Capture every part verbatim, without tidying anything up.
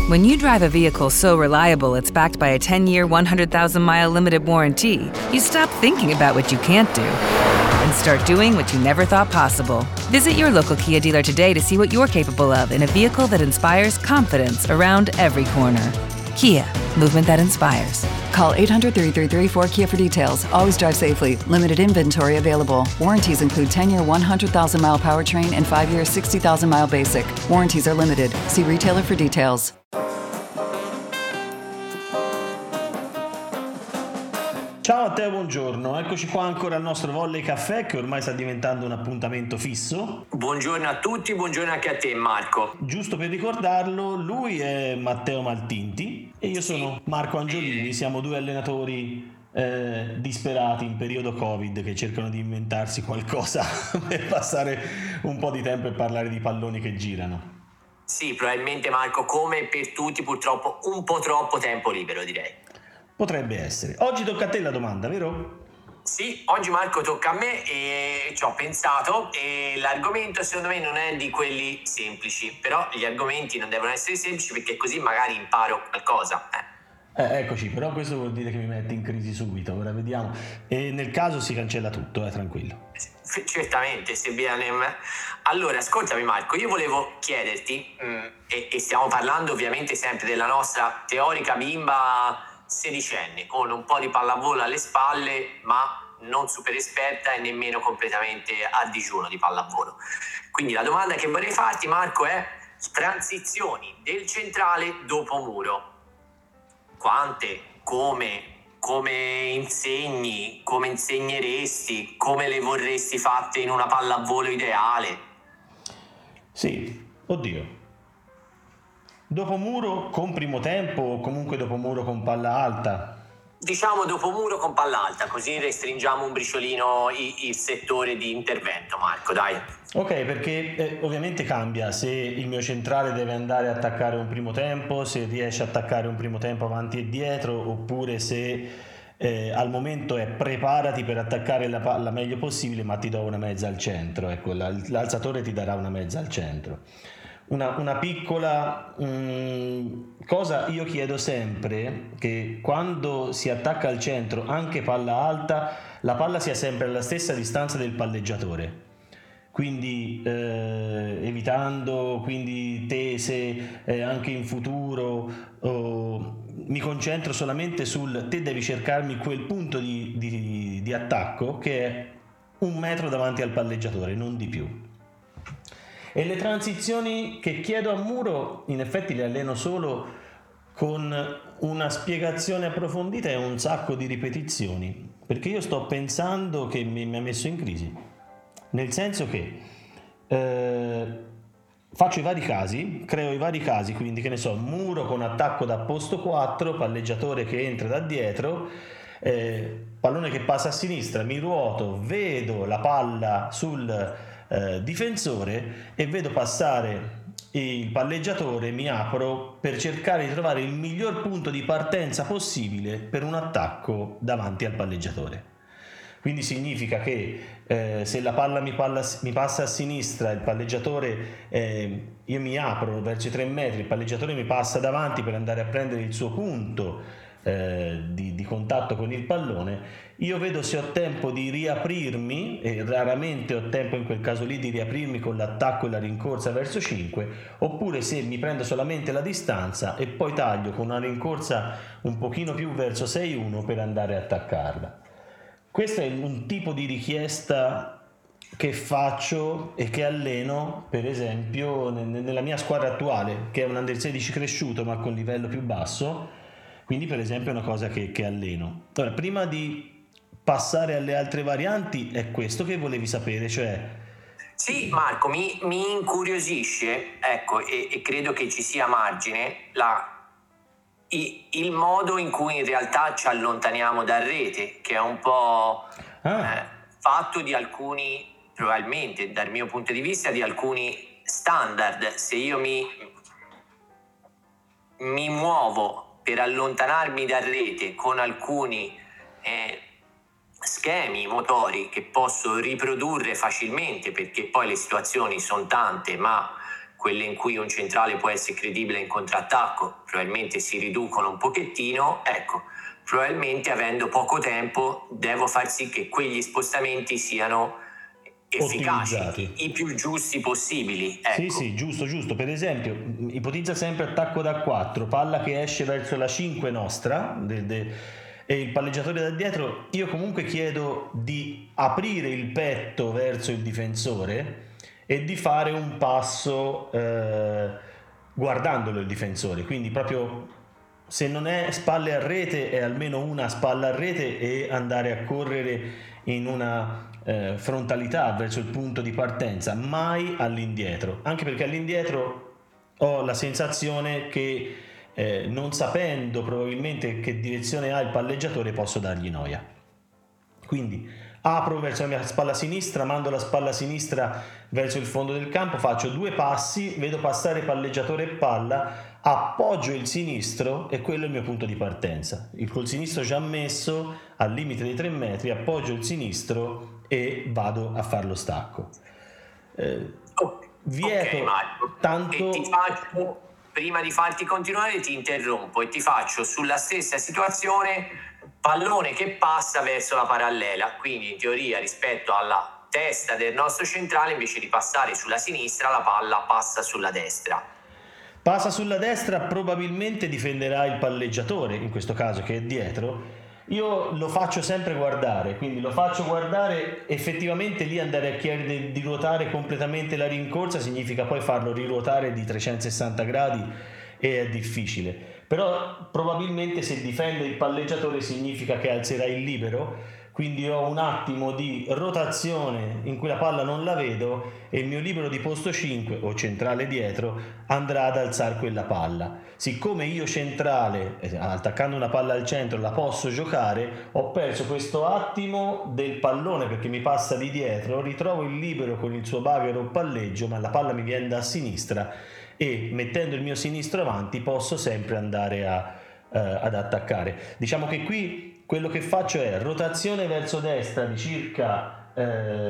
When you drive a vehicle so reliable it's backed by a ten-year, one hundred thousand mile limited warranty, you stop thinking about what you can't do and start doing what you never thought possible. Visit your local Kia dealer today to see what you're capable of in a vehicle that inspires confidence around every corner. Kia, movement that inspires. Call eight hundred, three three three, four Kia for details. Always drive safely. Limited inventory available. Warranties include ten-year, one hundred thousand mile powertrain and five-year, sixty thousand mile basic. Warranties are limited. See retailer for details. Ciao a te, buongiorno. Eccoci qua ancora al nostro Volley Caffè che ormai sta diventando un appuntamento fisso. Buongiorno a tutti, buongiorno anche a te Marco. Giusto per ricordarlo, lui è Matteo Maltinti e io sono Marco Angiolini, siamo due allenatori eh, disperati in periodo Covid che cercano di inventarsi qualcosa per passare un po' di tempo e parlare di palloni che girano. Sì, probabilmente Marco, come per tutti purtroppo un po' troppo tempo libero direi. Potrebbe essere. Oggi tocca a te la domanda, vero? Sì, oggi Marco tocca a me e ci ho pensato e l'argomento secondo me non è di quelli semplici, però gli argomenti non devono essere semplici perché così magari imparo qualcosa. Eh. Eh, eccoci, però questo vuol dire che mi metti in crisi subito, ora vediamo. E nel caso si cancella tutto, eh, tranquillo. Certamente, se viene. Allora, ascoltami Marco, io volevo chiederti, mh, e, e stiamo parlando ovviamente sempre della nostra teorica bimba sedicenne con un po' di pallavolo alle spalle ma non super esperta e nemmeno completamente a digiuno di pallavolo. Quindi la domanda che vorrei farti Marco è transizioni del centrale dopo muro. Quante, come, come insegni, come insegneresti, come le vorresti fatte in una pallavolo ideale? Sì, oddio. Dopo muro con primo tempo o comunque dopo muro con palla alta? Diciamo dopo muro con palla alta, così restringiamo un briciolino il, il settore di intervento, Marco, dai. Ok, perché eh, ovviamente cambia se il mio centrale deve andare a attaccare un primo tempo, se riesce a attaccare un primo tempo avanti e dietro, oppure se eh, al momento è preparati per attaccare la palla meglio possibile ma ti do una mezza al centro, ecco, l'alzatore ti darà una mezza al centro. Una, una piccola mh, cosa io chiedo sempre che quando si attacca al centro anche palla alta la palla sia sempre alla stessa distanza del palleggiatore, quindi eh, evitando quindi tese eh, anche in futuro oh, mi concentro solamente sul te devi cercarmi quel punto di, di, di attacco che è un metro davanti al palleggiatore, non di più. E le transizioni che chiedo a muro in effetti le alleno solo con una spiegazione approfondita e un sacco di ripetizioni, perché io sto pensando che mi, mi ha messo in crisi, nel senso che eh, faccio i vari casi, creo i vari casi, quindi che ne so, muro con attacco da posto quattro, palleggiatore che entra da dietro, eh, pallone che passa a sinistra, mi ruoto, vedo la palla sul Eh, difensore e vedo passare il palleggiatore, mi apro per cercare di trovare il miglior punto di partenza possibile per un attacco davanti al palleggiatore. Quindi significa che eh, se la palla mi, palla mi passa a sinistra, il palleggiatore eh, io mi apro verso i tre metri, il palleggiatore mi passa davanti per andare a prendere il suo punto Eh, di, di contatto con il pallone, io vedo se ho tempo di riaprirmi, e raramente ho tempo in quel caso lì di riaprirmi con l'attacco e la rincorsa verso cinque, oppure se mi prendo solamente la distanza e poi taglio con una rincorsa un pochino più verso sei uno per andare a attaccarla. Questo è un tipo di richiesta che faccio e che alleno per esempio nella mia squadra attuale, che è un under sedici cresciuto ma con livello più basso. Quindi per esempio è una cosa che, che alleno. Allora, prima di passare alle altre varianti è questo che volevi sapere, cioè... Sì Marco, mi, mi incuriosisce, ecco, e, e credo che ci sia margine, la, i, il modo in cui in realtà ci allontaniamo da rete, che è un po' ah. eh, fatto di alcuni, probabilmente dal mio punto di vista, di alcuni standard. Se io mi, mi muovo per allontanarmi da rete con alcuni eh, schemi motori che posso riprodurre facilmente, perché poi le situazioni sono tante, ma quelle in cui un centrale può essere credibile in contrattacco, probabilmente si riducono un pochettino, ecco, probabilmente avendo poco tempo devo far sì che quegli spostamenti siano efficaci, i più giusti possibili. Ecco. Sì, sì, giusto, giusto. Per esempio, ipotizza sempre attacco da quattro, palla che esce verso la cinque nostra de, de, e il palleggiatore da dietro, io comunque chiedo di aprire il petto verso il difensore e di fare un passo eh, guardandolo il difensore, quindi proprio se non è spalle a rete è almeno una spalla a rete e andare a correre in una eh, frontalità verso il punto di partenza, mai all'indietro, anche perché all'indietro ho la sensazione che eh, non sapendo probabilmente che direzione ha il palleggiatore posso dargli noia. Quindi apro verso la mia spalla sinistra, mando la spalla sinistra verso il fondo del campo, faccio due passi, vedo passare palleggiatore e palla, appoggio il sinistro e quello è il mio punto di partenza. Il col sinistro già messo al limite dei tre metri, appoggio il sinistro e vado a fare lo stacco. Eh, vieto okay, Marco. tanto... E ti faccio, prima di farti continuare ti interrompo e ti faccio sulla stessa situazione pallone che passa verso la parallela, quindi in teoria rispetto alla testa del nostro centrale invece di passare sulla sinistra la palla passa sulla destra. Passa sulla destra, probabilmente difenderà il palleggiatore, in questo caso che è dietro. Io lo faccio sempre guardare, quindi lo faccio guardare, effettivamente lì andare a chiedere di ruotare completamente la rincorsa significa poi farlo riruotare di trecentosessanta gradi e è difficile. Però probabilmente se difende il palleggiatore significa che alzerà il libero, quindi ho un attimo di rotazione in cui la palla non la vedo e il mio libero di posto cinque o centrale dietro andrà ad alzare quella palla. Siccome io centrale, attaccando una palla al centro, la posso giocare, ho perso questo attimo del pallone perché mi passa di dietro, ritrovo il libero con il suo bagger o palleggio, ma la palla mi viene da sinistra e mettendo il mio sinistro avanti posso sempre andare a, uh, ad attaccare. Diciamo che qui quello che faccio è rotazione verso destra di circa eh,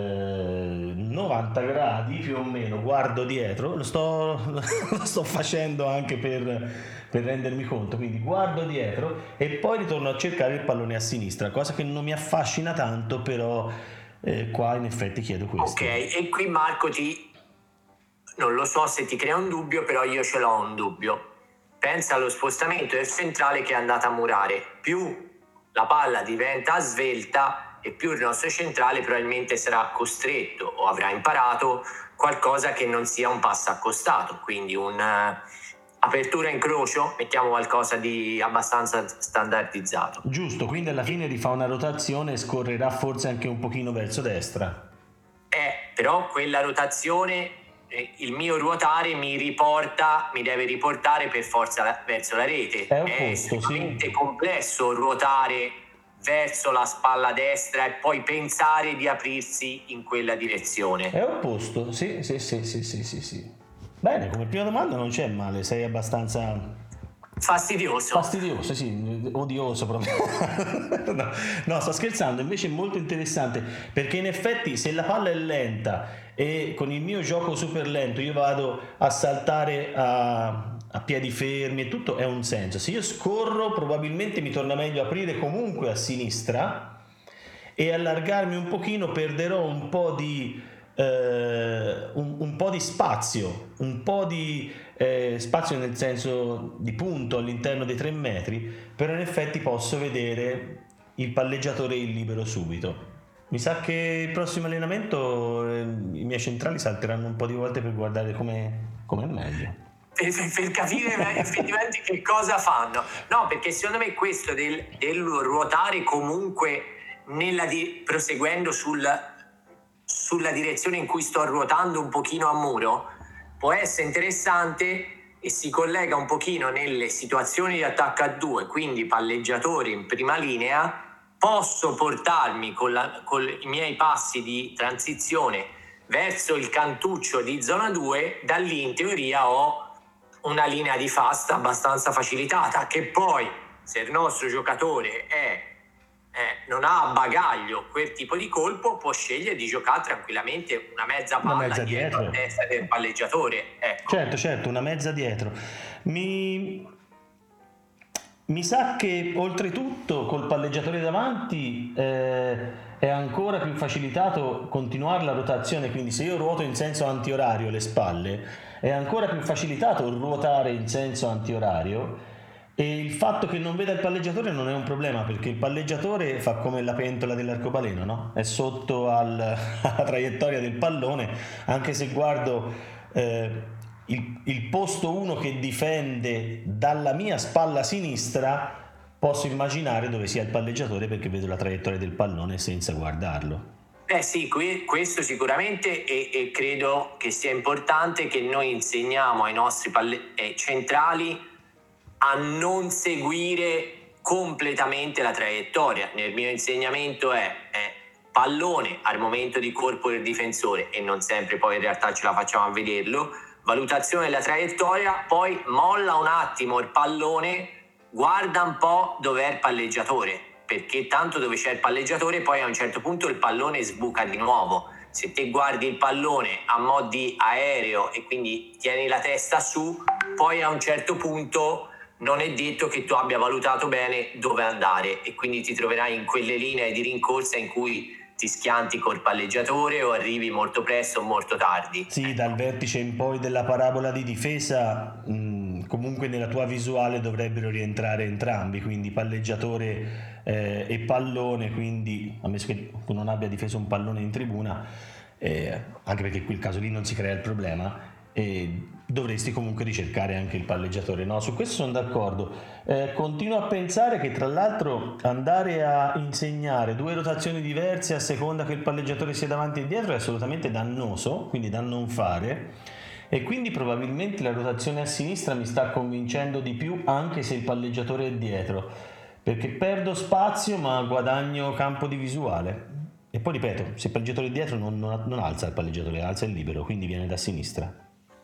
novanta gradi più o meno, guardo dietro, lo sto, lo sto facendo anche per, per rendermi conto, quindi guardo dietro e poi ritorno a cercare il pallone a sinistra, cosa che non mi affascina tanto, però eh, qua in effetti chiedo questo. Ok, e qui Marco ti... non lo so se ti crea un dubbio, però io ce l'ho un dubbio. Pensa allo spostamento del centrale che è andato a murare, più la palla diventa svelta e più il nostro centrale probabilmente sarà costretto o avrà imparato qualcosa che non sia un passo accostato, quindi un'apertura in crocio, mettiamo qualcosa di abbastanza standardizzato. Giusto, quindi alla fine rifà una rotazione e scorrerà forse anche un pochino verso destra. Eh, però quella rotazione, il mio ruotare mi riporta, mi deve riportare per forza la, verso la rete. È, opposto, è estremamente sì. complesso ruotare verso la spalla destra e poi pensare di aprirsi in quella direzione. È opposto, sì, sì, sì, sì, sì, sì, sì. Bene, come prima domanda non c'è male, sei abbastanza... Fastidioso. Fastidioso, sì, odioso proprio. no, no, sto scherzando, invece è molto interessante perché in effetti se la palla è lenta e con il mio gioco super lento io vado a saltare a, a piedi fermi e tutto, è un senso. Se io scorro probabilmente mi torna meglio aprire comunque a sinistra e allargarmi un pochino, perderò un po' di eh, un, un po' di spazio, un po' di eh, spazio nel senso di punto all'interno dei tre metri, però in effetti posso vedere il palleggiatore e il libero subito. Mi sa che il prossimo allenamento eh, i miei centrali salteranno un po' di volte per guardare come è meglio. Per, per capire effettivamente che cosa fanno. No, perché secondo me questo del, del ruotare comunque nella di, proseguendo sul, sulla direzione in cui sto ruotando un pochino a muro può essere interessante e si collega un pochino nelle situazioni di attacco a due, quindi palleggiatori in prima linea. Posso portarmi con, la, con i miei passi di transizione verso il cantuccio di zona due, da lì in teoria ho una linea di fasta abbastanza facilitata, che poi se il nostro giocatore è eh, non ha a bagaglio quel tipo di colpo, può scegliere di giocare tranquillamente una mezza palla Una mezza dietro dietro. a testa del palleggiatore. Ecco. Certo, certo, una mezza dietro. Mi, mi sa che oltretutto col palleggiatore davanti eh, è ancora più facilitato continuare la rotazione, quindi se io ruoto in senso antiorario le spalle, è ancora più facilitato ruotare in senso antiorario. E il fatto che non veda il palleggiatore non è un problema, perché il palleggiatore fa come la pentola dell'arcobaleno, no? È sotto al, alla traiettoria del pallone, anche se guardo eh, il, il posto uno che difende dalla mia spalla sinistra, posso immaginare dove sia il palleggiatore perché vedo la traiettoria del pallone senza guardarlo. Eh sì, qui, questo sicuramente, e, e credo che sia importante che noi insegniamo ai nostri palle- eh, centrali a non seguire completamente la traiettoria. Nel mio insegnamento è, è pallone al momento di colpo del difensore, e non sempre poi in realtà ce la facciamo a vederlo, valutazione della traiettoria, poi molla un attimo il pallone, guarda un po' dov'è il palleggiatore, perché tanto dove c'è il palleggiatore poi a un certo punto il pallone sbuca di nuovo. Se te guardi il pallone a mo' di aereo e quindi tieni la testa su, poi a un certo punto non è detto che tu abbia valutato bene dove andare, e quindi ti troverai in quelle linee di rincorsa in cui ti schianti col palleggiatore o arrivi molto presto o molto tardi. Sì, dal vertice in poi della parabola di difesa, mh, comunque nella tua visuale dovrebbero rientrare entrambi, quindi palleggiatore eh, e pallone, quindi ammesso che tu non abbia difeso un pallone in tribuna, eh, anche perché in quel caso lì non si crea il problema, e dovresti comunque ricercare anche il palleggiatore. No, su questo sono d'accordo. Eh, continuo a pensare che tra l'altro andare a insegnare due rotazioni diverse a seconda che il palleggiatore sia davanti e dietro è assolutamente dannoso, quindi da non fare, e quindi probabilmente la rotazione a sinistra mi sta convincendo di più anche se il palleggiatore è dietro, perché perdo spazio ma guadagno campo di visuale. E poi ripeto, se il palleggiatore è dietro non, non, non alza il palleggiatore, alza il libero, quindi viene da sinistra.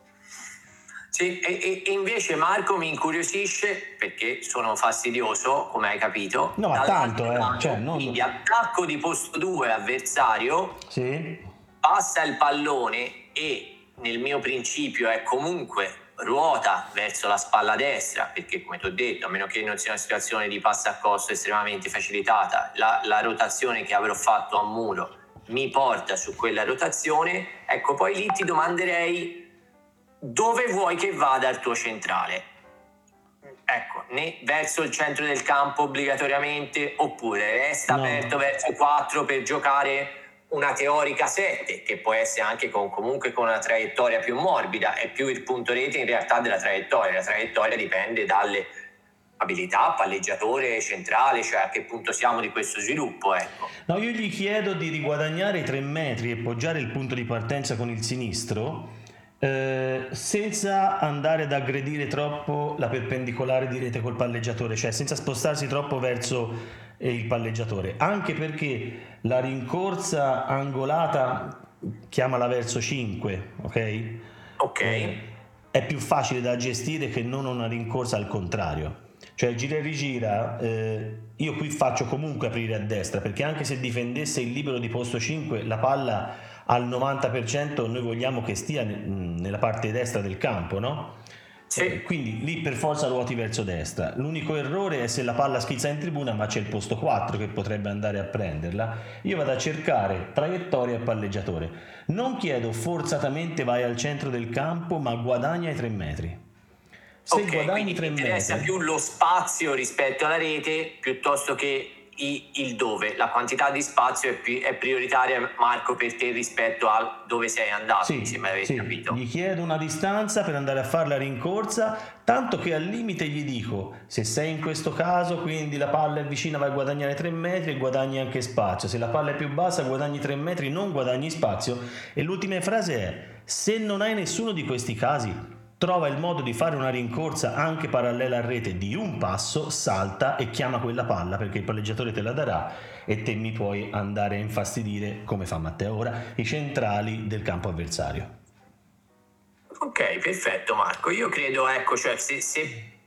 Sì, e, e invece Marco mi incuriosisce, perché sono fastidioso, come hai capito. No, ma tanto, eh. Lato, cioè, non... quindi attacco di posto due avversario, sì. Passa il pallone e nel mio principio è comunque ruota verso la spalla destra, perché come ti ho detto, a meno che non sia una situazione di passo a costo estremamente facilitata, la, la rotazione che avrò fatto a muro mi porta su quella rotazione. Ecco, poi lì ti domanderei dove vuoi che vada il tuo centrale. Ecco, né verso il centro del campo obbligatoriamente, oppure resta no. aperto verso il quattro per giocare una teorica sette, che può essere anche con, comunque con una traiettoria più morbida. È più il punto rete in realtà della traiettoria. La traiettoria dipende dalle abilità, palleggiatore centrale, cioè a che punto siamo di questo sviluppo, ecco. No, io gli chiedo di riguadagnare i tre metri e poggiare il punto di partenza con il sinistro, Eh, senza andare ad aggredire troppo la perpendicolare di rete col palleggiatore, cioè senza spostarsi troppo verso eh, il palleggiatore, anche perché la rincorsa angolata, chiamala verso cinque, ok? Ok. Eh, è più facile da gestire che non una rincorsa al contrario. Cioè gira e rigira, eh, io qui faccio comunque aprire a destra, perché anche se difendesse il libero di posto cinque, la palla al novanta per cento noi vogliamo che stia nella parte destra del campo, no? Sì. Eh, quindi lì per forza ruoti verso destra. L'unico errore è se la palla schizza in tribuna ma c'è il posto quattro che potrebbe andare a prenderla. Io vado a cercare traiettoria e palleggiatore. Non chiedo forzatamente vai al centro del campo, ma guadagna i tre metri. Se ok, guadagni quindi tre mi interessa metri, più lo spazio rispetto alla rete piuttosto che il dove. La quantità di spazio è, più, è prioritaria, Marco, per te rispetto a dove sei andato, sì, mi sembra aver sì. capito. Gli chiedo una distanza per andare a fare la rincorsa, tanto che al limite gli dico se sei in questo caso, quindi la palla è vicina, vai a guadagnare tre metri e guadagni anche spazio. Se la palla è più bassa guadagni tre metri, non guadagni spazio. E l'ultima frase è: se non hai nessuno di questi casi, trova il modo di fare una rincorsa anche parallela a rete di un passo, salta e chiama quella palla, perché il palleggiatore te la darà e te mi puoi andare a infastidire, come fa Matteo ora, i centrali del campo avversario. Ok, perfetto Marco. Io credo, ecco, cioè se, se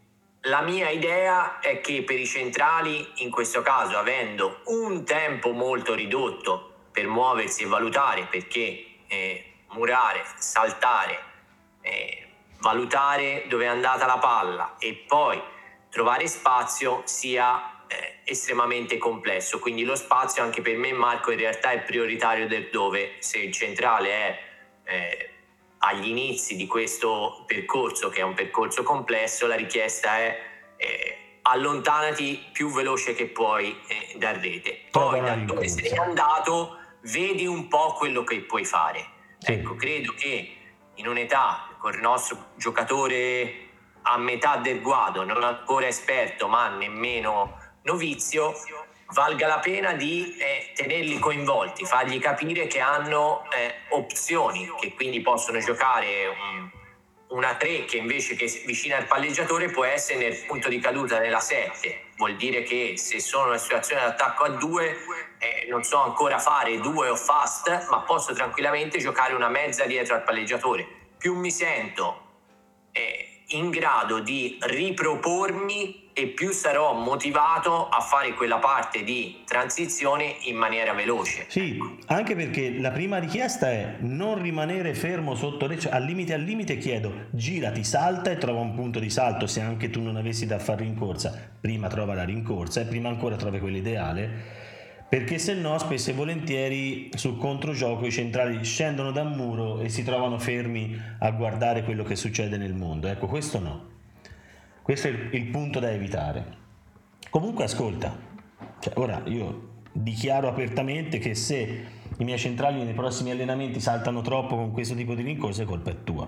la mia idea è che per i centrali, in questo caso, avendo un tempo molto ridotto per muoversi e valutare, perché eh, murare, saltare, eh, valutare dove è andata la palla e poi trovare spazio sia eh, estremamente complesso. Quindi lo spazio anche per me, Marco, in realtà è prioritario del dove. Se il centrale è eh, agli inizi di questo percorso, che è un percorso complesso, la richiesta è eh, allontanati più veloce che puoi eh, da rete. Poi da dove sei andato vedi un po' quello che puoi fare. Sì. Ecco, credo che in un'età con il nostro giocatore a metà del guado, non ancora esperto ma nemmeno novizio, valga la pena di eh, tenerli coinvolti, fargli capire che hanno eh, opzioni, che quindi possono giocare un, una tre che invece che vicina al palleggiatore può essere nel punto di caduta nella sette. Vuol dire che se sono in una situazione di attacco a due eh, non so ancora fare due o fast, ma posso tranquillamente giocare una mezza dietro al palleggiatore. Più mi sento eh, in grado di ripropormi e più sarò motivato a fare quella parte di transizione in maniera veloce. Sì, anche perché la prima richiesta è non rimanere fermo sotto reccia, al limite al limite chiedo girati, salta e trova un punto di salto. Se anche tu non avessi da fare rincorsa, prima trova la rincorsa e prima ancora trovi quella ideale, perché se no spesso e volentieri sul controgioco i centrali scendono dal muro e si trovano fermi a guardare quello che succede nel mondo. Ecco, questo no. Questo è il, il punto da evitare. Comunque ascolta, cioè, ora io dichiaro apertamente che se i miei centrali nei prossimi allenamenti saltano troppo con questo tipo di rincorsa, è colpa tua.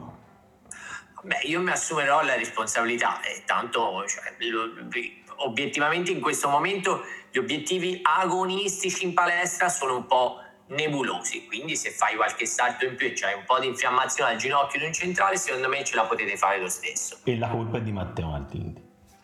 Beh, io mi assumerò la responsabilità e tanto cioè, lo, obiettivamente in questo momento gli obiettivi agonistici in palestra sono un po' nebulosi, quindi se fai qualche salto in più e c'hai un po' di infiammazione al ginocchio in centrale, secondo me ce la potete fare lo stesso. E la colpa è di Matteo Maltinti.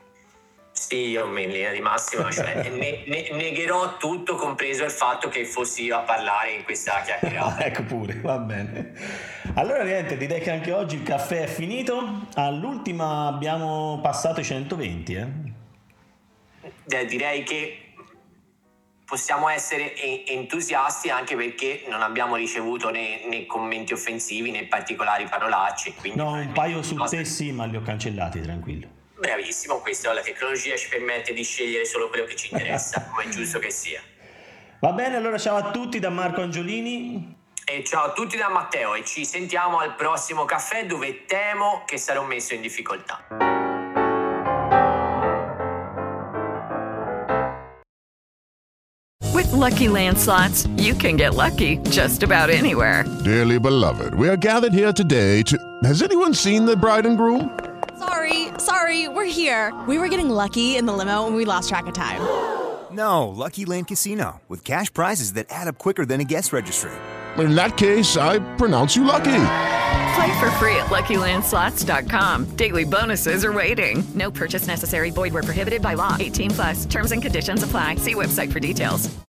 Sì, io in linea di massima cioè, ne, ne, negherò tutto, compreso il fatto che fossi io a parlare in questa chiacchierata. Ecco pure, va bene. Allora niente, direi che anche oggi il caffè è finito. All'ultima abbiamo passato i centoventi, eh? Eh, direi che possiamo essere entusiasti anche perché non abbiamo ricevuto né, né commenti offensivi né particolari parolacce. Quindi no, un paio su te sì, ma li ho cancellati, tranquillo. Bravissimo, questa la tecnologia ci permette di scegliere solo quello che ci interessa, come è giusto che sia. Va bene, allora ciao a tutti da Marco Angiolini. E ciao a tutti da Matteo e ci sentiamo al prossimo caffè dove temo che sarò messo in difficoltà. With Lucky Land Slots, you can get lucky just about anywhere. Dearly beloved, we are gathered here today to... Has anyone seen the bride and groom? Sorry, sorry, we're here. We were getting lucky in the limo and we lost track of time. No, Lucky Land Casino, with cash prizes that add up quicker than a guest registry. In that case, I pronounce you lucky. Play for free at Lucky Land Slots dot com. Daily bonuses are waiting. No purchase necessary. Void where prohibited by law. eighteen plus. Terms and conditions apply. See website for details.